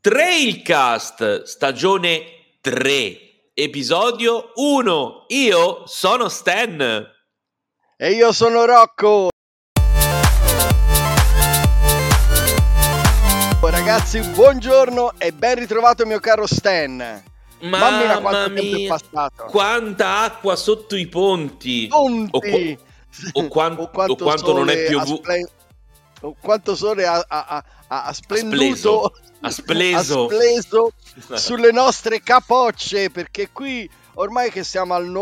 Trailcast, stagione 3, episodio 1. Io sono Stan. E io sono Rocco. Ragazzi, buongiorno e ben ritrovato mio caro Stan. Mamma quanto tempo è passato. Quanta acqua sotto i ponti. O quanto non è piovuto. O quanto sole ha splenduto, ha spleso sulle nostre capocce, perché qui ormai che siamo al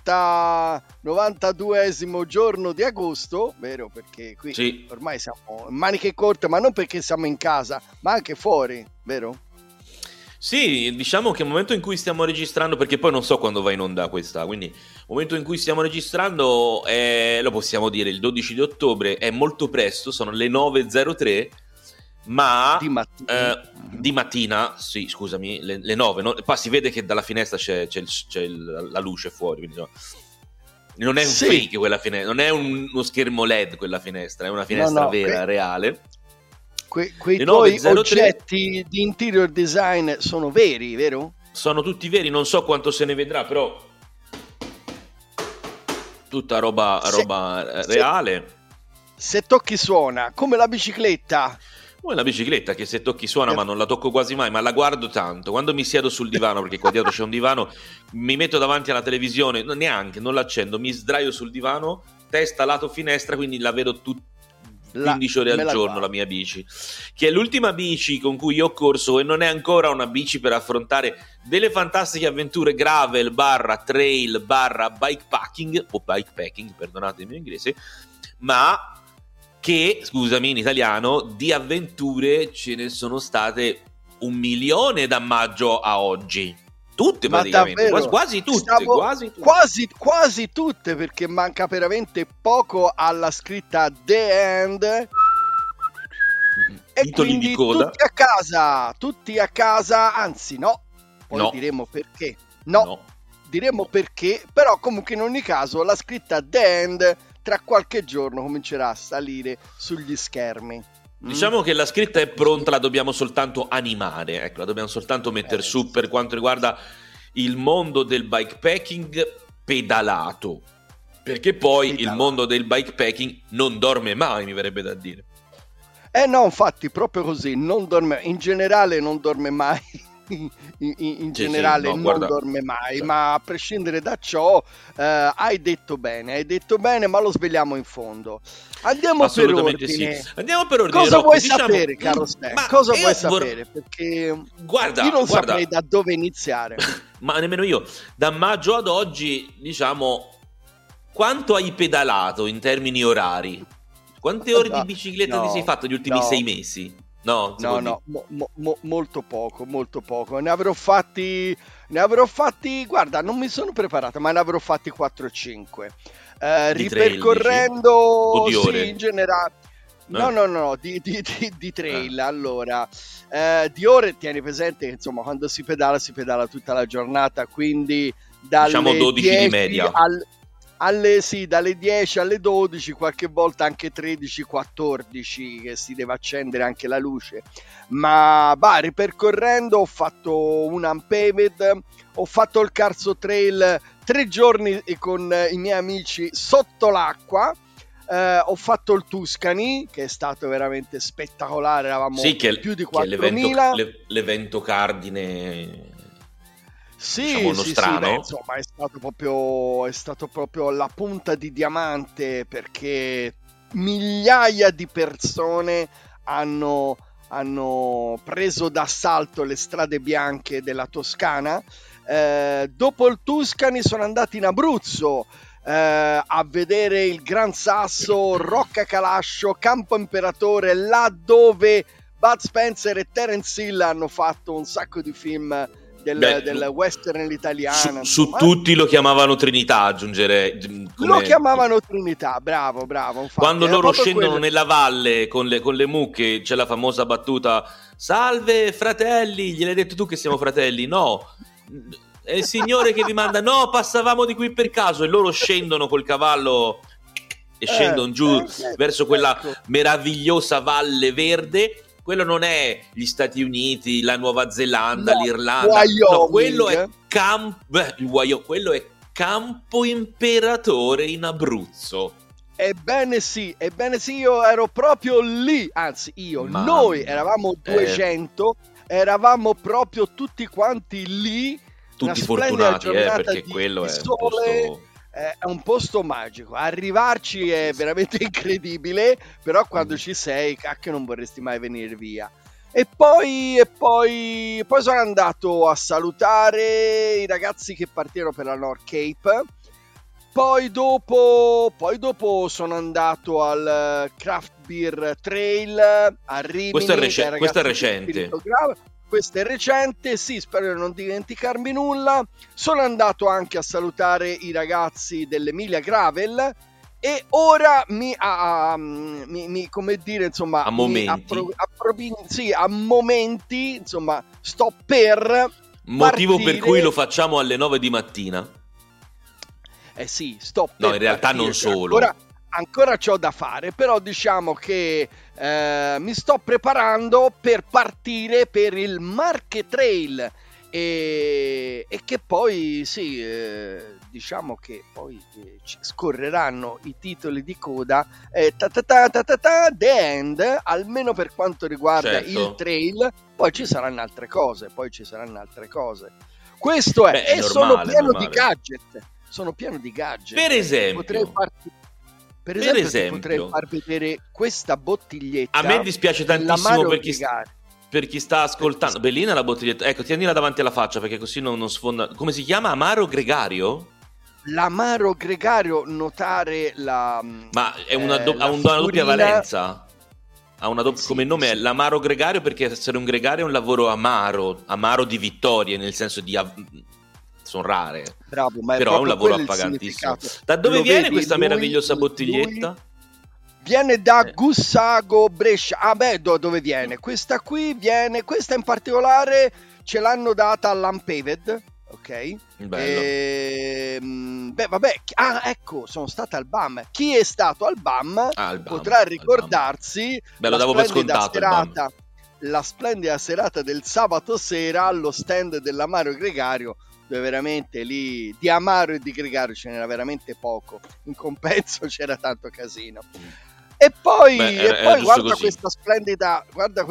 92esimo giorno di agosto, vero? Perché qui sì, ormai siamo in maniche corte, ma non perché siamo in casa, ma anche fuori, vero? Sì, diciamo che il momento in cui stiamo registrando, perché poi non so quando va in onda questa, quindi il momento in cui stiamo registrando lo possiamo dire il 12 di ottobre, è molto presto, sono le 9.03, ma di mattina, sì, scusami, le 9, no? Poi si vede che dalla finestra c'è la luce fuori, quindi non è un fake quella finestra, non è uno schermo LED quella finestra, è una finestra vera, reale. Quei tuoi oggetti di interior design sono veri, vero? Sono tutti veri, non so quanto se ne vedrà, però tutta roba reale. Se tocchi suona, come la bicicletta. Come la bicicletta che se tocchi suona, ma non la tocco quasi mai, ma la guardo tanto. Quando mi siedo sul divano, perché qua dietro c'è un divano, mi metto davanti alla televisione, non l'accendo, mi sdraio sul divano, testa lato finestra, quindi la vedo 15 ore al giorno la mia bici, che è l'ultima bici con cui io ho corso e non è ancora una bici per affrontare delle fantastiche avventure gravel trail bikepacking o bikepacking, perdonate il mio inglese, ma che, scusami in italiano, di avventure ce ne sono state 1 milione da maggio a oggi. Tutte praticamente, quasi tutte, quasi tutte, perché manca veramente poco alla scritta The End. E quindi di coda. Tutti a casa, anzi no, poi diremo perché. Diremo perché, però comunque in ogni caso la scritta The End tra qualche giorno comincerà a salire sugli schermi. Diciamo che la scritta è pronta, la dobbiamo soltanto animare, ecco, la dobbiamo soltanto mettere su per quanto riguarda il mondo del bikepacking pedalato, perché poi il mondo del bikepacking non dorme mai, mi verrebbe da dire. No, infatti, proprio così, non dorme, in generale non dorme mai. In generale non dorme mai, ma a prescindere da ciò hai detto bene, ma lo svegliamo in fondo. Andiamo per ordine. Sì. Andiamo per ordine. Cosa Rocco, vuoi sapere, caro Stan? Cosa vuoi sapere? Perché io non saprei da dove iniziare. Ma nemmeno io. Da maggio ad oggi, diciamo, quanto hai pedalato in termini orari? Quante ore di bicicletta ti sei fatto negli ultimi 6 mesi? Molto poco. Ne avrò fatti, guarda, non mi sono preparato, ma ne avrò fatti 4-5. Ripercorrendo, ore? In generale. No, di trail. Allora, di ore, tieni presente che insomma quando si pedala tutta la giornata, quindi dalle 12 di media. Dalle 10 alle 12, qualche volta anche 13-14, che si deve accendere anche la luce. Ma ripercorrendo ho fatto un unpaved, ho fatto il Carso Trail 3 giorni con i miei amici sotto l'acqua. Ho fatto il Tuscany, che è stato veramente spettacolare, eravamo più di 4.000. L'evento cardine. Sì, insomma è stato proprio la punta di diamante, perché migliaia di persone hanno preso d'assalto le strade bianche della Toscana. Dopo il Tuscany sono andati in Abruzzo a vedere il Gran Sasso, Rocca Calascio, Campo Imperatore, là dove Bud Spencer e Terence Hill hanno fatto un sacco di film del western italiano. Su tutti lo chiamavano Trinità, aggiungerei. Lo chiamavano Trinità, bravo. Infatti, quando loro scendono nella valle con le mucche, c'è la famosa battuta: salve fratelli, gliel'hai detto tu che siamo fratelli? No, è il Signore che vi manda. No, passavamo di qui per caso. E loro scendono col cavallo e scendono giù verso quella meravigliosa valle verde. quello non è gli Stati Uniti, la Nuova Zelanda, l'Irlanda. Wyoming. No, quello è quello è Campo Imperatore in Abruzzo. Ebbene sì, io ero proprio lì, anzi noi eravamo 200, eravamo proprio tutti quanti lì. Tutti fortunati, perché quello è un posto magico. Arrivarci è veramente incredibile, però quando ci sei, cacchio, non vorresti mai venire via. E poi sono andato a salutare i ragazzi che partirono per la North Cape. Poi dopo sono andato al Craft Beer Trail a Rimini. Questo è recente. Questo è recente, sì, spero di non dimenticarmi nulla. Sono andato anche a salutare i ragazzi dell'Emilia Gravel e ora come dire, insomma, a momenti, insomma, sto per motivo partire. Per cui lo facciamo alle 9 di mattina. Sì, sto per no, in realtà partire, non solo. Ancora c'ho da fare, però diciamo che mi sto preparando per partire per il Marche Trail e che poi diciamo che poi ci scorreranno i titoli di coda the end, almeno per quanto riguarda il trail. Poi ci saranno altre cose, questo è, e sono pieno di gadget. Per esempio, potrei far vedere questa bottiglietta. A me dispiace tantissimo per chi sta ascoltando. Bellina la bottiglietta. Ecco, tienila davanti alla faccia perché così non sfonda. Come si chiama? Amaro Gregario? L'Amaro Gregario, notare la... Ma è ha una doppia valenza. Ha una come nome è l'Amaro Gregario, perché essere un gregario è un lavoro amaro di vittorie, nel senso di... sono rare. Bravo, ma però è un lavoro appagantissimo. Da dove viene questa meravigliosa bottiglietta? Viene da Gussago, Brescia. Dove viene? Questa in particolare ce l'hanno data all'Unpaved, ok? Bello. Ecco, sono stato al BAM. Chi è stato al BAM potrà ricordarsi lo davo per scontato, la splendida serata del sabato sera allo stand dell'Amaro Gregario, dove veramente lì di amaro e di gregario ce n'era veramente poco, in compenso c'era tanto casino. E poi guarda questa splendida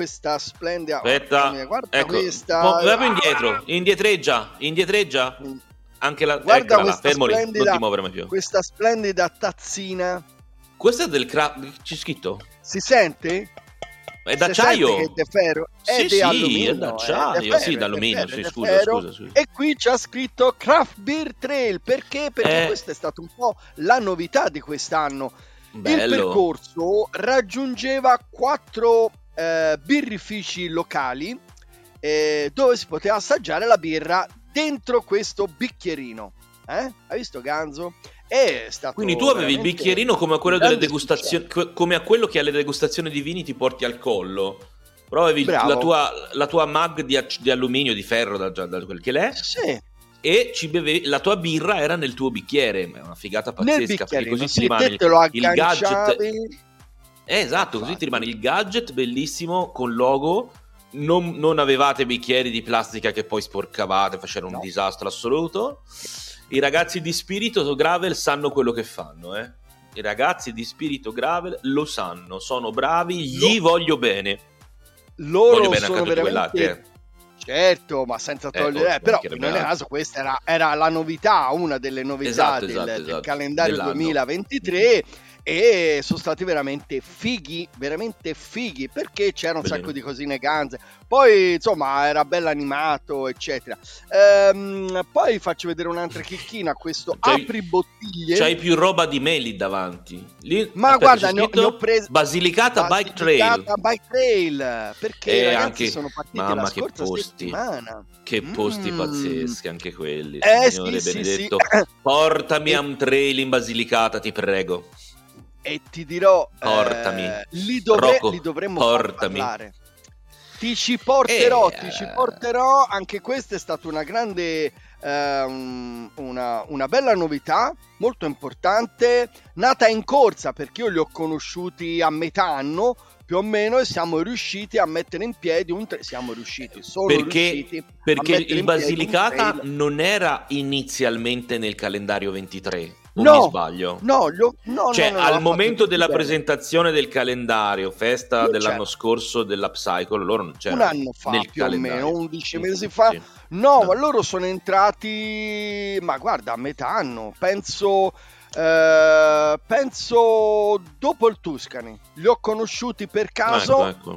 aspetta, guarda ecco, questa indietro, indietreggia anche la, guarda eccola, fermo lì, non ti muovere mai più. Questa splendida tazzina, questa è del c'è scritto, si sente? È d'acciaio? Che è di ferro? È di alluminio, è d'acciaio, sì, d'alluminio, scusa. E qui c'ha scritto Craft Beer Trail, perché questa è stata un po' la novità di quest'anno. Bello. Il percorso raggiungeva 4 birrifici locali dove si poteva assaggiare la birra dentro questo bicchierino. Hai visto, Ganzo? È stato Quindi tu avevi il bicchierino come a quello delle degustazioni, come a quello che alle degustazioni di vini ti porti al collo, però avevi la tua mug di alluminio, di ferro, da quel che l'è, sì. E ci bevevi, la tua birra era nel tuo bicchiere. È una figata pazzesca, perché così ti rimane il gadget. Esatto, così ti rimane il gadget bellissimo con logo. Non avevate bicchieri di plastica che poi sporcavate, facevano un disastro assoluto. I ragazzi di Spirito Gravel sanno quello che fanno, I ragazzi di Spirito Gravel lo sanno, sono bravi, gli voglio bene. Loro voglio bene sono veramente... Certo, ma senza togliere, però in ogni caso questa era la novità, una delle novità del calendario dell'anno 2023, e sono stati veramente fighi, perché c'era un sacco di cosine ganze, poi insomma era bello animato, eccetera. Poi faccio vedere un'altra chicchina, questo apri bottiglie. C'hai più roba di me lì davanti. Ma guarda, ne ho preso Basilicata Bike Trail, perché i ragazzi anche... sono partiti la scorsa settimana. Che posti pazzeschi anche quelli, Signore benedetto. Sì. Portami a un trail in Basilicata, ti prego. E ti dirò, portami, li dovremmo far parlare. Ti ci porterò, anche questa è stata una grande, una bella novità, molto importante, nata in corsa, perché io li ho conosciuti a metà anno, più o meno, e siamo riusciti a mettere in piedi perché il Basilicata non era inizialmente nel calendario 23. Mi sbaglio? Al momento della presentazione del calendario, festa dell'anno scorso della Psycho, loro non c'erano. Un anno fa, nel più calendario. o meno, 11 mesi fa. Sì. No, ma loro sono entrati, ma guarda, a metà anno, penso dopo il Tuscany. Li ho conosciuti per caso. Ecco.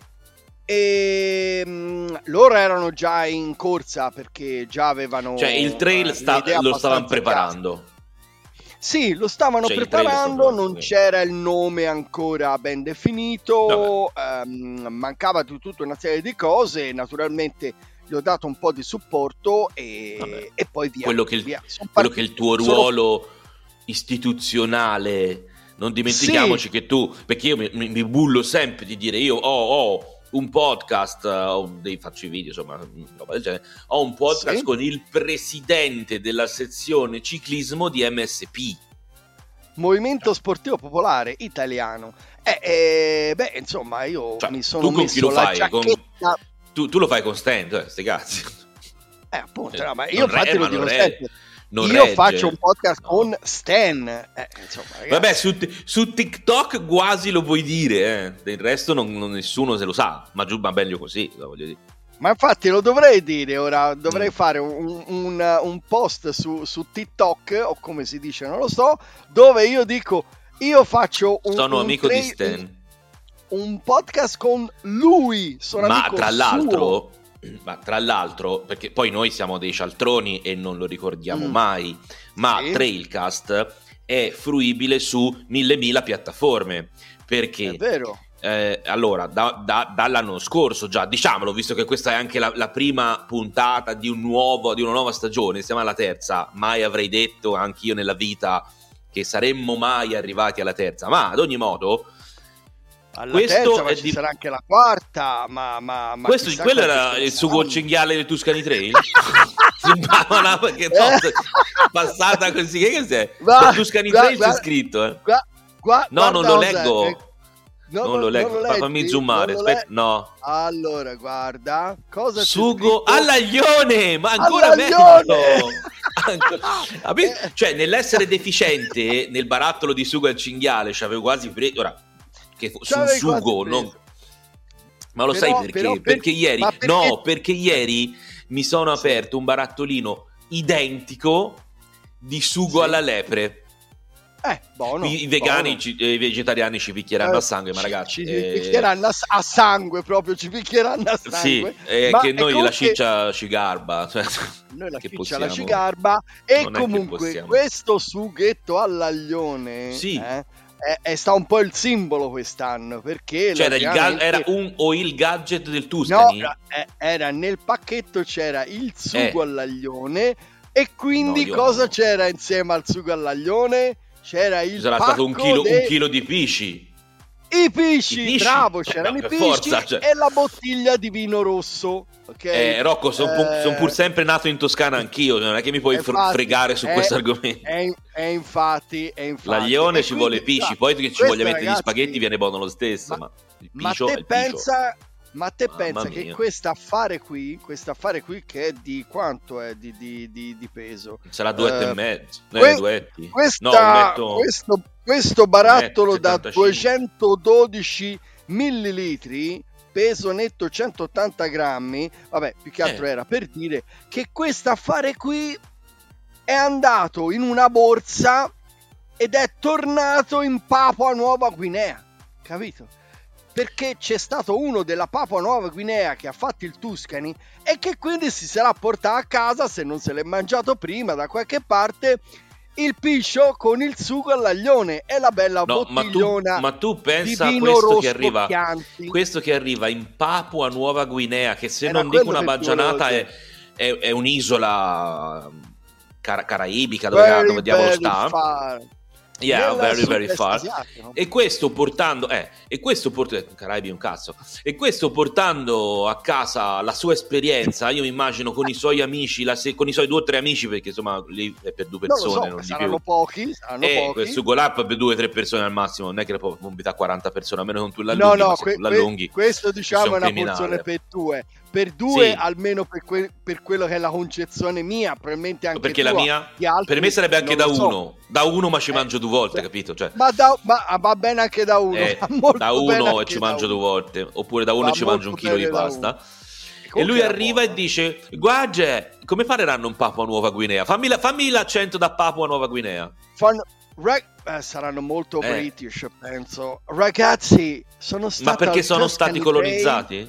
E loro erano già in corsa, perché già avevano, cioè il trail lo stavano preparando. Sì, lo stavano preparando, non c'era il nome ancora ben definito, mancava tutta una serie di cose, naturalmente gli ho dato un po' di supporto e poi via. Quello che è il tuo ruolo istituzionale, non dimentichiamoci che tu, perché io mi bullo sempre di dire io ho un podcast, faccio i video, insomma, roba del genere. Ho un podcast con il presidente della sezione ciclismo di MSP, Movimento Sportivo Popolare Italiano. Insomma, io mi sono messo la giacchetta. Tu lo fai con Stan, sti cazzi. Appunto, no, ma io infatti lo dico sempre. Io faccio un podcast con Stan. Insomma, vabbè, su TikTok quasi lo puoi dire, del resto nessuno se lo sa, ma meglio così, lo voglio dire. Ma infatti lo dovrei dire ora, dovrei fare un post su TikTok, o come si dice, non lo so, dove io dico, io faccio sono amico di Stan. Un podcast con lui, sono amico suo. Ma tra l'altro, perché poi noi siamo dei cialtroni e non lo ricordiamo mai, ma Trailcast è fruibile su mille piattaforme, perché è vero. Allora dall'anno scorso già, diciamolo, visto che questa è anche la prima puntata di una nuova stagione, siamo alla terza, mai avrei detto anch'io nella vita che saremmo mai arrivati alla terza, ma ad ogni modo ci sarà anche la quarta, ma quello era il sugo cinghiale del Tuscany Trail. Sembrava passata così, che sei? Tuscany Trail c'è scritto, no, non lo leggo. Non lo leggo, fammi zoomare. No. Allora, guarda, cosa sugo all'aglione, ma ancora meglio. Cioè, nell'essere deficiente nel barattolo di sugo al cinghiale c'avevo quasi preso. Ora, che sul sugo, non... ma lo sai perché? Perché ieri, perché ieri mi sono aperto un barattolino identico di sugo alla lepre. Buono, i vegani, i vegetariani ci picchieranno a sangue, ma ragazzi, ci picchieranno a sangue, proprio ci picchieranno a sangue. Sì, che noi la ciccia ci garba, cioè, noi la ciccia la ci garba, e comunque questo sughetto all'aglione sta un po' il simbolo quest'anno, perché era il gadget del Tuscany. No, era nel pacchetto, c'era il sugo all'aglione, e quindi cosa c'era insieme al sugo all'aglione? C'era il sarà stato un chilo di pisci. I pisci, bravo, c'erano i pisci, e la bottiglia di vino rosso. Okay? Rocco, sono pur sempre nato in Toscana anch'io, non è che mi puoi fregare su questo argomento. Infatti. L'aglione ci vuole pisci, poi che ci voglia mettere gli spaghetti viene buono lo stesso, ma il piscio è il piscio. Ma te pensa che questo affare qui, che è di quanto è di peso? Sarà 2,5 duetti. Questo barattolo da 212 millilitri, peso netto 180 grammi, vabbè, più che altro era per dire che questo affare qui è andato in una borsa ed è tornato in Papua Nuova Guinea, capito? Perché c'è stato uno della Papua Nuova Guinea che ha fatto il Tuscany e che quindi si sarà portato a casa, se non se l'è mangiato prima da qualche parte, il piscio con il sugo all'aglione e la bella bottigliona ma tu pensa di a vino rosso questo che arriva in Papua Nuova Guinea, che se non dico una baggianata è un'isola caraibica, dove diavolo sta? Yeah, very very far. E questo portando Caraibi un cazzo. E questo portando a casa la sua esperienza, io mi immagino con i suoi amici, con i suoi 2 o 3 amici, perché insomma lì è per 2 persone, non di più. Pochi. Questo Go Up per 2 o 3 persone al massimo, non è che può invitare 40 persone, a meno che non tu l'allunghi. Questo diciamo è una porzione per 2. Per 2 sì. Almeno per quello che è la concezione mia, probabilmente anche perché tua, la mia per me sarebbe anche da 1 da 1, ma ci mangio 2 volte, capito? Cioè, ma va bene anche da 1 da 1 e ci mangio 2 volte, oppure da 1 ci mangio 1 chilo di pasta. E lui arriva e dice: guarda, come faranno in Papua Nuova Guinea? Fammi l'accento da Papua Nuova Guinea. Saranno molto British, penso. Ragazzi, sono stati. Ma perché sono stati colonizzati?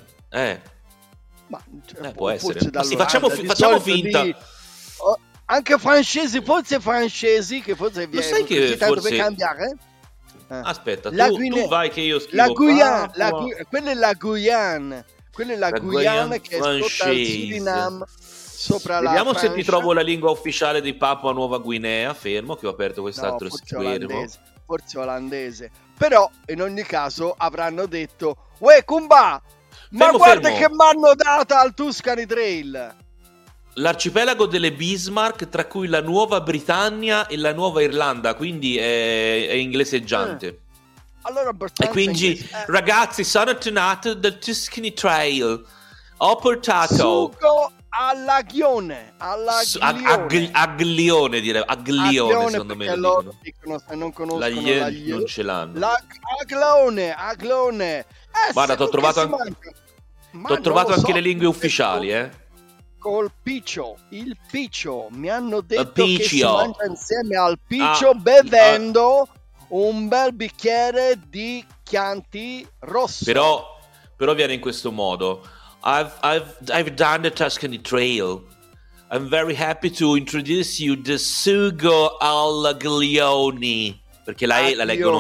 Può essere. Ma sì, facciamo finta. Anche francesi, forse francesi, che forse lo sai che forse per cambiare? Aspetta, tu vai che io scrivo. Quella è la Guyane. Quella è la Guyane che è sotto al Suriname. Vediamo se ti trovo la lingua ufficiale di Papua Nuova Guinea. Fermo che ho aperto quest'altro schermo. Forse olandese. Però in ogni caso avranno detto: uè Kumba, ma guarda che mi hanno data al Tuscany Trail. L'arcipelago delle Bismarck, tra cui la Nuova Britannia e la Nuova Irlanda, quindi è ingleseggiante. Allora, e quindi ragazzi, sono tornato dal Tuscany Trail, ho portato sugo all'aglione aglione, direi aglione, secondo me loro dicono, se non conoscono l'aglione non ce l'hanno. Aglone. Guarda, t'ho trovato anche le lingue ufficiali, col piccio, il piccio, mi hanno detto che si mangia insieme al piccio bevendo un bel bicchiere di Chianti rosso. Però viene in questo modo: I've done the Tuscany Trail. I'm very happy to introduce you the sugo all'aglione, perché la leggono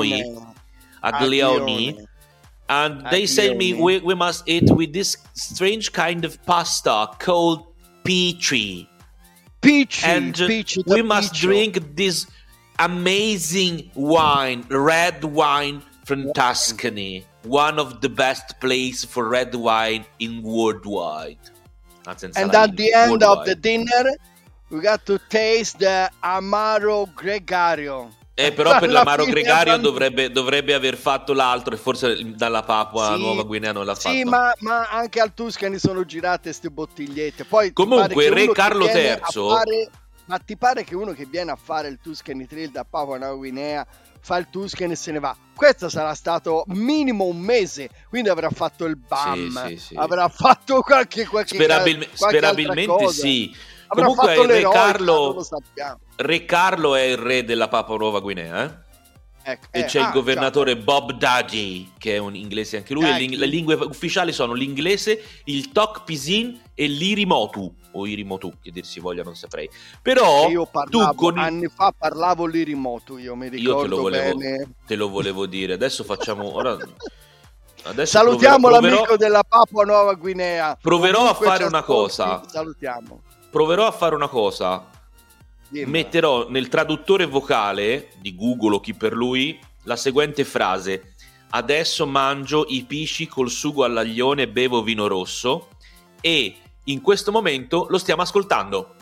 aglione. And they say me we must eat with this strange kind of pasta called peachy. And we must drink this amazing wine, red wine from Tuscany, one of the best place for red wine in worldwide. And at the end of the dinner, we got to taste the Amaro Gregario. Però per l'Amaro Gregario dovrebbe aver fatto l'altro, e forse dalla Papua Nuova Guinea non l'ha fatto. Sì, ma anche al Tuscany sono girate ste bottigliette. Poi comunque Re Carlo III. Ma ti pare che uno che viene a fare il Tuscany Trail da Papua Nuova Guinea fa il Tuscany e se ne va? Questo sarà stato minimo un mese, quindi avrà fatto il BAM, sì. Avrà fatto qualche sperabilmente sì. Comunque Re Carlo è il re della Papua Nuova Guinea, e c'è il governatore Bob Duddy, che è un inglese anche lui. Le lingue ufficiali sono l'inglese, il Tok Pisin e l'Irimotu o Irimotu, che dir si voglia, non saprei. Però io anni fa parlavo l'Irimotu, io mi ricordo bene. Te lo volevo dire. Adesso salutiamo l'amico della Papua Nuova Guinea. Proverò a fare una cosa. Salutiamo. Proverò a fare una cosa. Metterò nel traduttore vocale di Google o chi per lui la seguente frase: adesso mangio i pisci col sugo all'aglione e bevo vino rosso, e in questo momento lo stiamo ascoltando,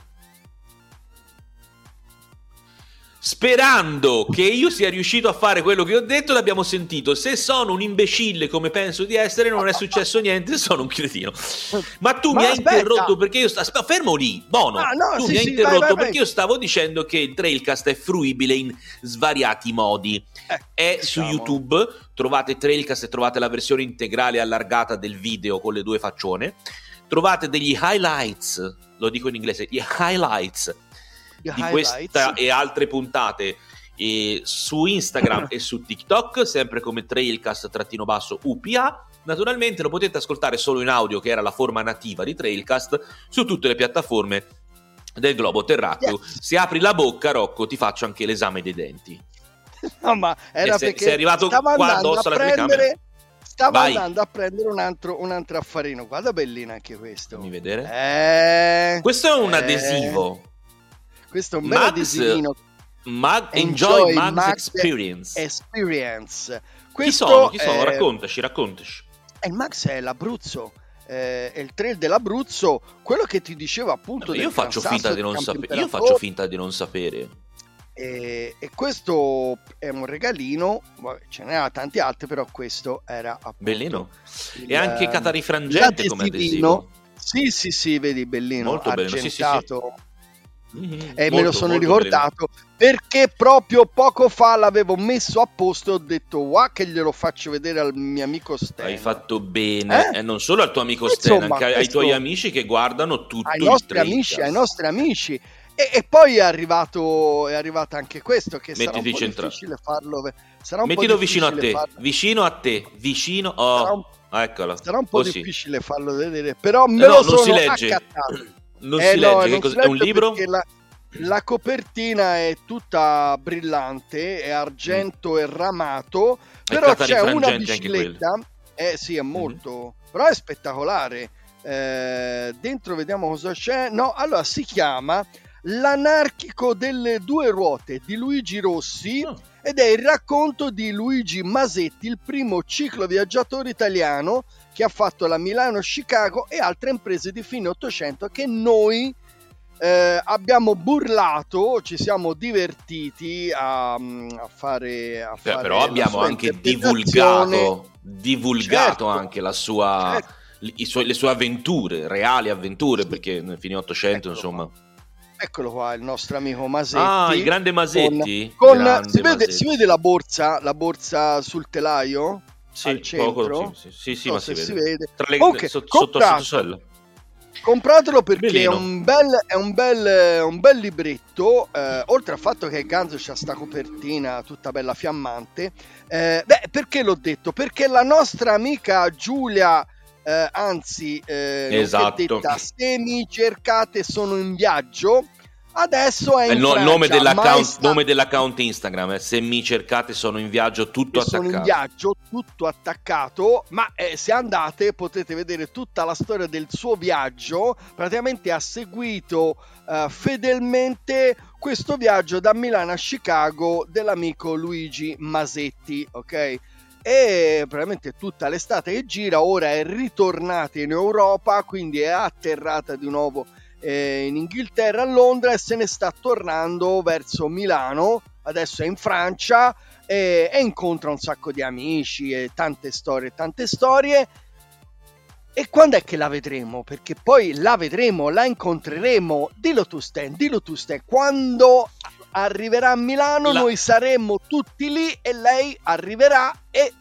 sperando che io sia riuscito a fare quello che ho detto. L'abbiamo sentito. Se sono un imbecille come penso di essere, non è successo niente, sono un cretino. Ma tu mi hai interrotto perché io fermo lì, Bono. Tu mi hai interrotto perché io stavo dicendo che il Trailcast è fruibile in svariati modi. È su YouTube, trovate Trailcast e trovate la versione integrale allargata del video con le 2 faccione. Trovate degli highlights, lo dico in inglese, gli highlights di questa e altre puntate su Instagram e su TikTok, sempre come Trailcast_UPA. Naturalmente lo potete ascoltare solo in audio, che era la forma nativa di Trailcast, su tutte le piattaforme del globo terracqueo. Se apri la bocca, Rocco, ti faccio anche l'esame dei denti. No, ma era perché sei arrivato qua addosso alla telecamera. Stavo andando a prendere un altro affarino. Guarda, bellino anche questo. Fammi vedere. Questo è un adesivo. Questo è un bel adesivino. Enjoy Mag's Experience. Questo Chi sono? Raccontaci. Il Mags è l'Abruzzo. È il trail dell'Abruzzo, quello che ti dicevo appunto. Io faccio finta di non sapere. E questo è un regalino, ce n'era tanti altri, però questo era appunto bellino. E anche catarifrangente come adesivo. Sì, vedi, bellino, molto argentato. Bello. Sì. E me lo sono ricordato perché proprio poco fa l'avevo messo a posto e ho detto che glielo faccio vedere al mio amico Stan. Hai fatto bene, e non solo al tuo amico Stan, anche ai tuoi amici che guardano tutto ai nostri amici. E poi è arrivato anche questo, che sarà un po' difficile farlo. Mettilo vicino a te. Eccola. Sarà un po' difficile farlo vedere, però me lo sono non si legge. accattato. Non si legge. È un libro? La copertina è tutta brillante, è argento e ramato, però c'è una bicicletta. Sì, è molto, però è spettacolare. Dentro vediamo cosa c'è. Allora si chiama L'anarchico delle due ruote di Luigi Rossi ed è il racconto di Luigi Masetti, il primo cicloviaggiatore italiano che ha fatto la Milano-Chicago e altre imprese di fine Ottocento che noi abbiamo burlato, ci siamo divertiti a fare però abbiamo anche divulgato certo, anche la sua le sue avventure, reali avventure, perché nel fine Ottocento insomma. Eccolo qua, il nostro amico Masetti. Il grande Masetti. Si vede la borsa sul telaio? Sì, al centro? Poco, sì, ma si vede. Tra le, sotto compratelo perché è un bel libretto, oltre al fatto che Ganzo c'ha sta copertina tutta bella fiammante. Perché l'ho detto? Perché la nostra amica Giulia, esatto, detta, se mi cercate sono in viaggio, adesso è in Francia. Nome dell'account Instagram, se mi cercate sono in viaggio, tutto attaccato. Sono in viaggio, tutto attaccato, ma se andate potete vedere tutta la storia del suo viaggio. Praticamente ha seguito fedelmente questo viaggio da Milano a Chicago dell'amico Luigi Masetti, ok? E praticamente tutta l'estate che gira, ora è ritornata in Europa, quindi è atterrata di nuovo in Inghilterra, a Londra, e se ne sta tornando verso Milano, adesso è in Francia e incontra un sacco di amici e tante storie. E quando è che la vedremo? Perché poi la vedremo, la incontreremo. Dillo tu Stan, quando arriverà a Milano noi saremo tutti lì e lei arriverà e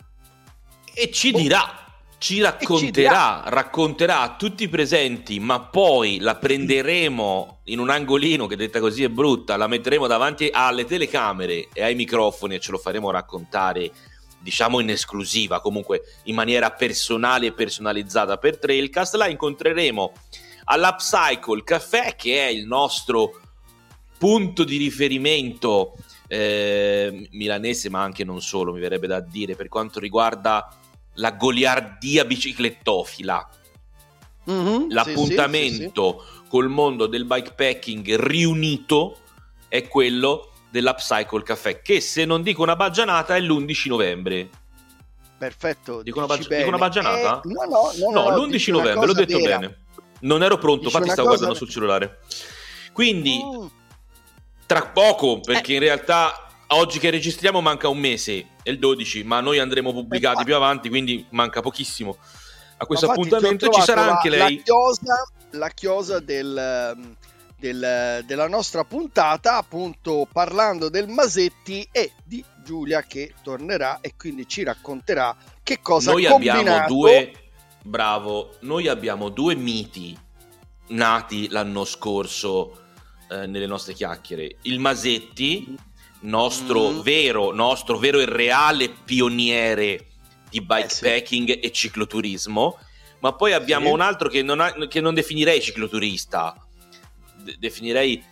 ci racconterà a tutti i presenti, ma poi la prenderemo in un angolino, che detta così è brutta, la metteremo davanti alle telecamere e ai microfoni e ce lo faremo raccontare, diciamo in esclusiva, comunque in maniera personale e personalizzata per Trailcast. La incontreremo all'Upcycle Café, che è il nostro punto di riferimento milanese, ma anche non solo, mi verrebbe da dire, per quanto riguarda la goliardia biciclettofila. L'appuntamento col mondo del bikepacking riunito è quello dell'Upcycle Café, che, se non dico una baggianata, è l'11 novembre. Perfetto. Dico una baggianata? No, l'11 novembre, l'ho detto vera. bene. Non ero pronto, infatti stavo guardando sul cellulare. Quindi tra poco, perché in realtà oggi che registriamo manca un mese, è il 12, ma noi andremo pubblicati più avanti, quindi manca pochissimo a questo appuntamento. Ci sarà anche lei. La chiosa della nostra puntata, appunto parlando del Masetti e di Giulia che tornerà e quindi ci racconterà che cosa ha combinato. Noi abbiamo due miti nati l'anno scorso nelle nostre chiacchiere. Il Masetti, nostro vero e reale pioniere di bikepacking e cicloturismo, ma poi abbiamo un altro che non definirei cicloturista, definirei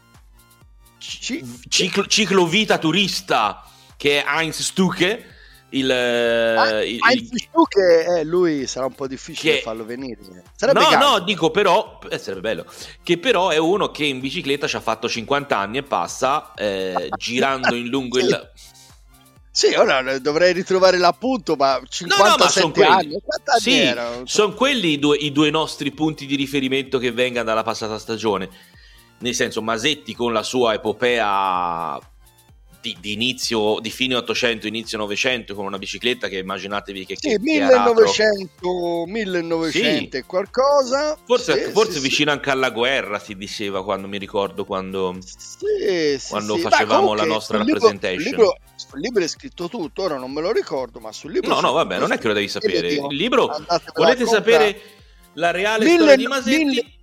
ciclovita turista, che è Heinz Stucke, che lui sarà un po' difficile farlo venire. No, dico però, sarebbe bello, che però è uno che in bicicletta ci ha fatto 50 anni e passa, girando in lungo il... Sì, ora dovrei ritrovare l'appunto, ma 57 anni. Sì, sono quelli i due nostri punti di riferimento che vengano dalla passata stagione. Nel senso, Masetti con la sua epopea di inizio, di fine 800, inizio 900, con una bicicletta che immaginatevi che... Sì, 1900 e qualcosa. Forse vicino anche alla guerra, si diceva, quando mi ricordo, quando facevamo la nostra representation. Sul libro è scritto tutto, ora non me lo ricordo, ma sul libro... No, vabbè, non è che lo devi sapere. Il libro, volete sapere la reale storia di Masetti?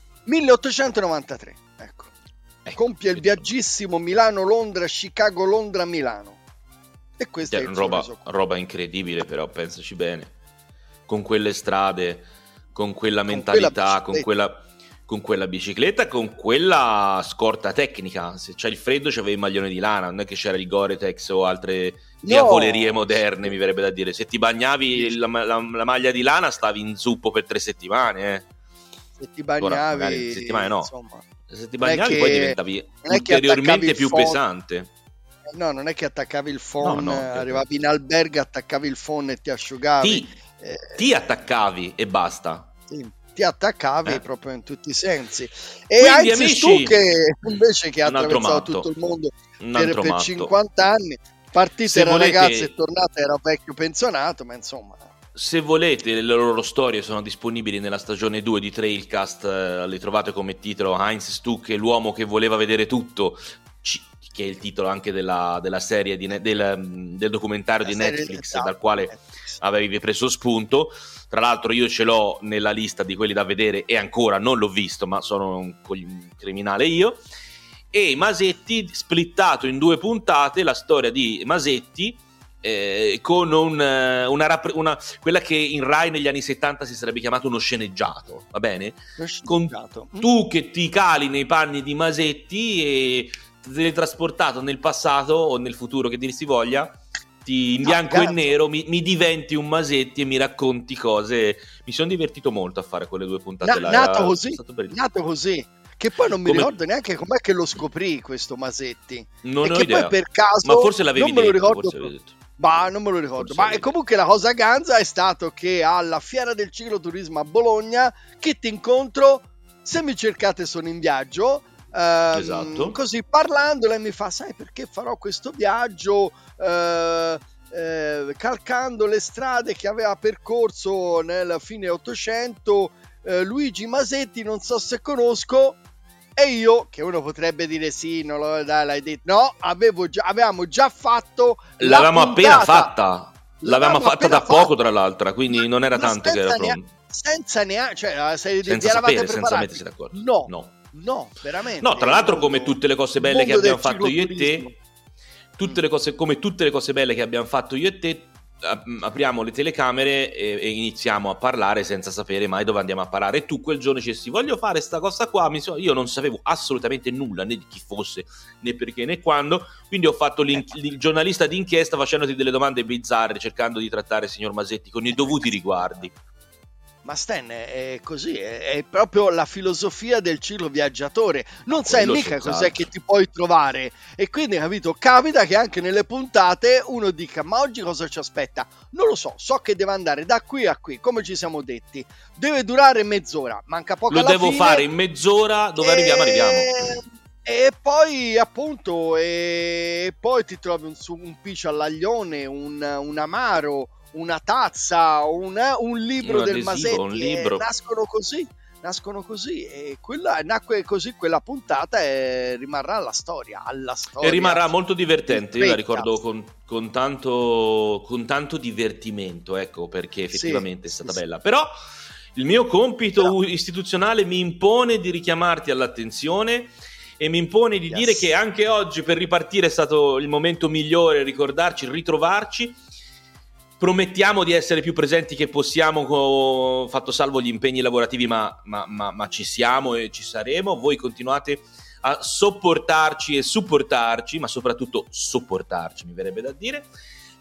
1893, ecco. Compie il viaggissimo Milano-Londra, Chicago-Londra-Milano. E questa è roba incredibile, però pensaci bene. Con quelle strade, con quella mentalità, con quella bicicletta, con quella scorta tecnica. Se c'hai il freddo c'avevi il maglione di lana, non è che c'era il Gore-Tex o altre diavolerie moderne, mi verrebbe da dire. Se ti bagnavi la maglia di lana stavi in zuppo per 3 settimane, Se ti bagnavi... settimane no. Insomma, se ti bagnavi poi diventavi ulteriormente più pesante. No, non è che attaccavi il phone, arrivavi in albergo, attaccavi il phone e ti asciugavi. Ti attaccavi e basta. Sì, ti attaccavi proprio in tutti i sensi. E Heinz Stuck, invece, che ha attraversato tutto il mondo per 50 anni, partite era ragazzo e tornata era vecchio pensionato, ma insomma... Se volete, le loro storie sono disponibili nella stagione 2 di Trailcast, le trovate come titolo Heinz Stuck, l'uomo che voleva vedere tutto, che è il titolo anche della serie del documentario di Netflix, dal quale avevi preso spunto. Tra l'altro io ce l'ho nella lista di quelli da vedere e ancora non l'ho visto, ma sono un criminale io. E Masetti, splittato in 2 puntate, la storia di Masetti, con quella che in Rai negli anni 70 si sarebbe chiamato uno sceneggiato, va bene? Tu che ti cali nei panni di Masetti e teletrasportato nel passato o nel futuro, che dir si voglia, in bianco e nero mi diventi un Masetti e mi racconti cose. Mi sono divertito molto a fare quelle 2 puntate là. Nato così. Che poi non mi ricordo neanche com'è che lo scoprì questo Masetti. Non ho idea. Poi per caso, ma forse l'avevi non me lo ricordo. Non me lo ricordo. Ma comunque la cosa ganza è stato che alla fiera del cicloturismo a Bologna, che ti incontro, se mi cercate sono in viaggio, esatto. Così parlando lei mi fa: sai perché farò questo viaggio calcando le strade che aveva percorso nel fine 800 Luigi Masetti, non so se conosco. E io, che uno potrebbe dire sì, non lo, dai, l'hai detto, no, avevamo già fatto l'avevamo appena fatta, l'avevamo fatta da poco tra l'altro, quindi non era tanto che era pronto, senza neanche, cioè, senza sapere, senza mettersi d'accordo. No, veramente. No, tra l'altro, come tutte le cose belle che abbiamo fatto io e te, come tutte le cose belle che abbiamo fatto io e te, apriamo le telecamere e iniziamo a parlare senza sapere mai dove andiamo a parare. E tu quel giorno dicesti: voglio fare sta cosa qua. Io non sapevo assolutamente nulla, né di chi fosse, né perché, né quando. Quindi ho fatto il giornalista d'inchiesta, facendoti delle domande bizzarre, cercando di trattare il signor Masetti con i dovuti riguardi. Ma Stan, è così, è proprio la filosofia del cicloviaggiatore. Non sai mica cos'è che ti puoi trovare. E quindi, capito, capita che anche nelle puntate uno dica: ma oggi cosa ci aspetta? Non lo so che deve andare da qui a qui, come ci siamo detti. Deve durare mezz'ora, manca poco alla fine. Lo devo fare in mezz'ora, dove arriviamo. E poi appunto, e poi ti trovi un piscio all'aglione, un amaro, una tazza, un libro del Masetti, un libro. Nascono così e nacque così quella puntata e rimarrà alla storia. E rimarrà molto divertente, io la ricordo con tanto divertimento, ecco, perché effettivamente è stata bella. Però il mio compito istituzionale mi impone di richiamarti all'attenzione e mi impone di dire che anche oggi per ripartire è stato il momento migliore, ricordarci, ritrovarci. Promettiamo di essere più presenti che possiamo, fatto salvo gli impegni lavorativi, ma ci siamo e ci saremo. Voi continuate a sopportarci e supportarci, ma soprattutto sopportarci, mi verrebbe da dire.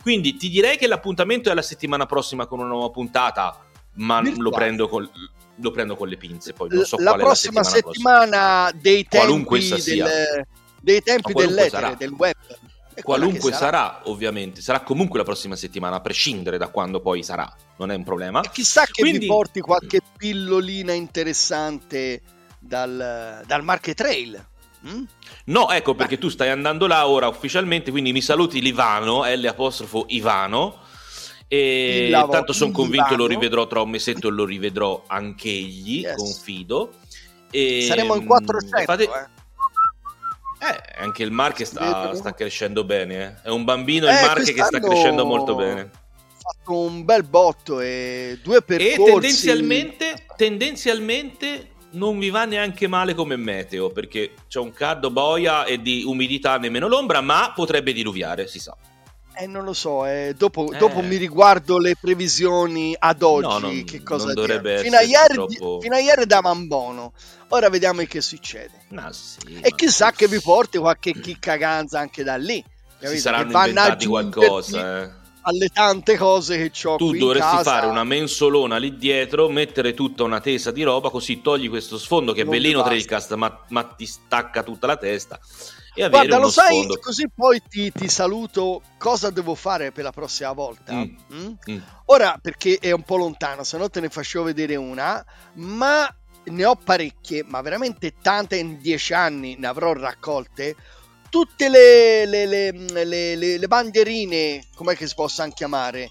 Quindi ti direi che l'appuntamento è la settimana prossima con una nuova puntata, ma lo prendo con le pinze, poi non so la qual è prossima settimana dei tempi dell'etere, sarà. del web. Qualunque sarà, ovviamente, sarà comunque la prossima settimana, a prescindere da quando poi sarà, non è un problema. E chissà che vi porti qualche pillolina interessante dal Marche Trail. No, ecco, perché tu stai andando là ora ufficialmente, quindi mi saluti l'Ivano, Ivano, e tanto sono convinto lo rivedrò tra un mesetto e lo rivedrò anch'egli, confido. E saremo in 400, anche il Marche sta crescendo bene, È un bambino il Marche che sta crescendo molto bene. Ha fatto un bel botto e 2 percorsi. E tendenzialmente non mi va neanche male come meteo, perché c'è un caldo boia e di umidità nemmeno l'ombra, ma potrebbe diluviare, si sa. Non lo so, dopo mi riguardo le previsioni ad oggi, che cosa dovrebbe fino a ieri davano buono, ora vediamo che succede. E chissà che vi porti qualche chiccaganza anche da lì, si saranno inventati qualcosa alle tante cose che c'ho tu qui dovresti in casa. Fare una mensolona lì dietro, mettere tutta una tesa di roba, così togli questo sfondo che è bellino Trailcast, ma ti stacca tutta la testa. Guarda, lo sai, così poi ti saluto. Cosa devo fare per la prossima volta? Ora, perché è un po' lontano, se no te ne facevo vedere una, ma ne ho parecchie, ma veramente tante, in 10 anni ne avrò raccolte. Tutte le bandierine, com'è che si possono chiamare?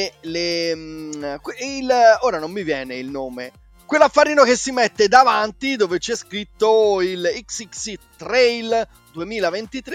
Ora non mi viene il nome. Quell'affarino che si mette davanti dove c'è scritto il XXC Trail 2023.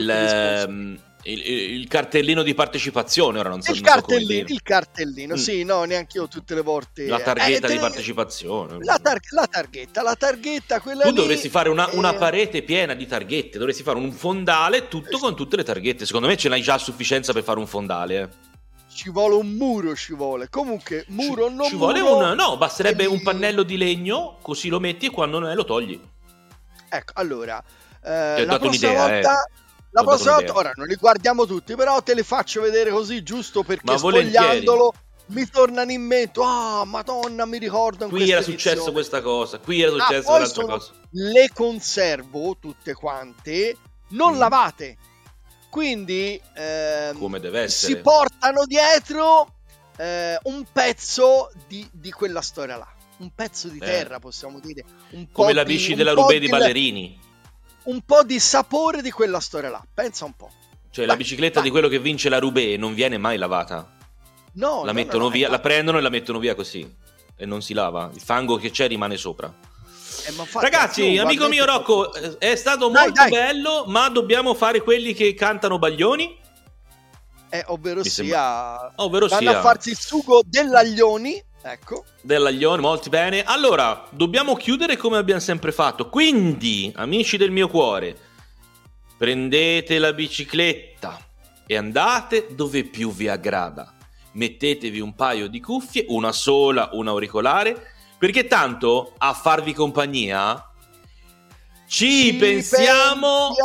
Il cartellino di partecipazione, ora non so come dire. Il cartellino, sì, no, neanche io tutte le volte. La targhetta di partecipazione. La targhetta, quella tu lì. Dovresti fare una parete piena di targhette, dovresti fare un fondale tutto con tutte le targhette. Secondo me ce n'hai già a sufficienza per fare un fondale, Ci vuole un muro, comunque muro non ci vuole no, basterebbe un pannello di legno, così lo metti e quando non è lo togli. Ecco, allora la prossima volta ora non li guardiamo tutti, però te li faccio vedere così, giusto perché spogliandolo mi tornano in mente. Madonna, mi ricordo qui era successo questa cosa, qui era successo un'altra cosa. Le conservo tutte quante non lavate, quindi come deve essere, si portano dietro un pezzo di quella storia là, un pezzo di terra, possiamo dire, come la bici della Roubaix di Ballerini, un po' di sapore di quella storia là, pensa un po'. Cioè la bicicletta di quello che vince la Roubaix non viene mai lavata, la mettono via, la prendono e la mettono via così e non si lava, il fango che c'è rimane sopra. Ragazzi, amico mio Rocco, è stato molto bello, ma dobbiamo fare quelli che cantano Baglioni, ovvero sia vanno a farsi il sugo dell'aglioni. Ecco. Dell'aglione, molto bene. Allora, dobbiamo chiudere come abbiamo sempre fatto. Quindi, amici del mio cuore, prendete la bicicletta e andate dove più vi aggrada. Mettetevi un paio di cuffie, una sola, un auricolare, perché tanto a farvi compagnia ci pensiamo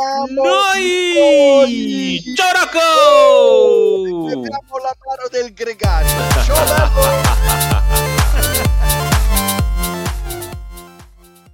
noi. Ciao Rocco! Abbiamo la mano del gregario. Ciao Rocco!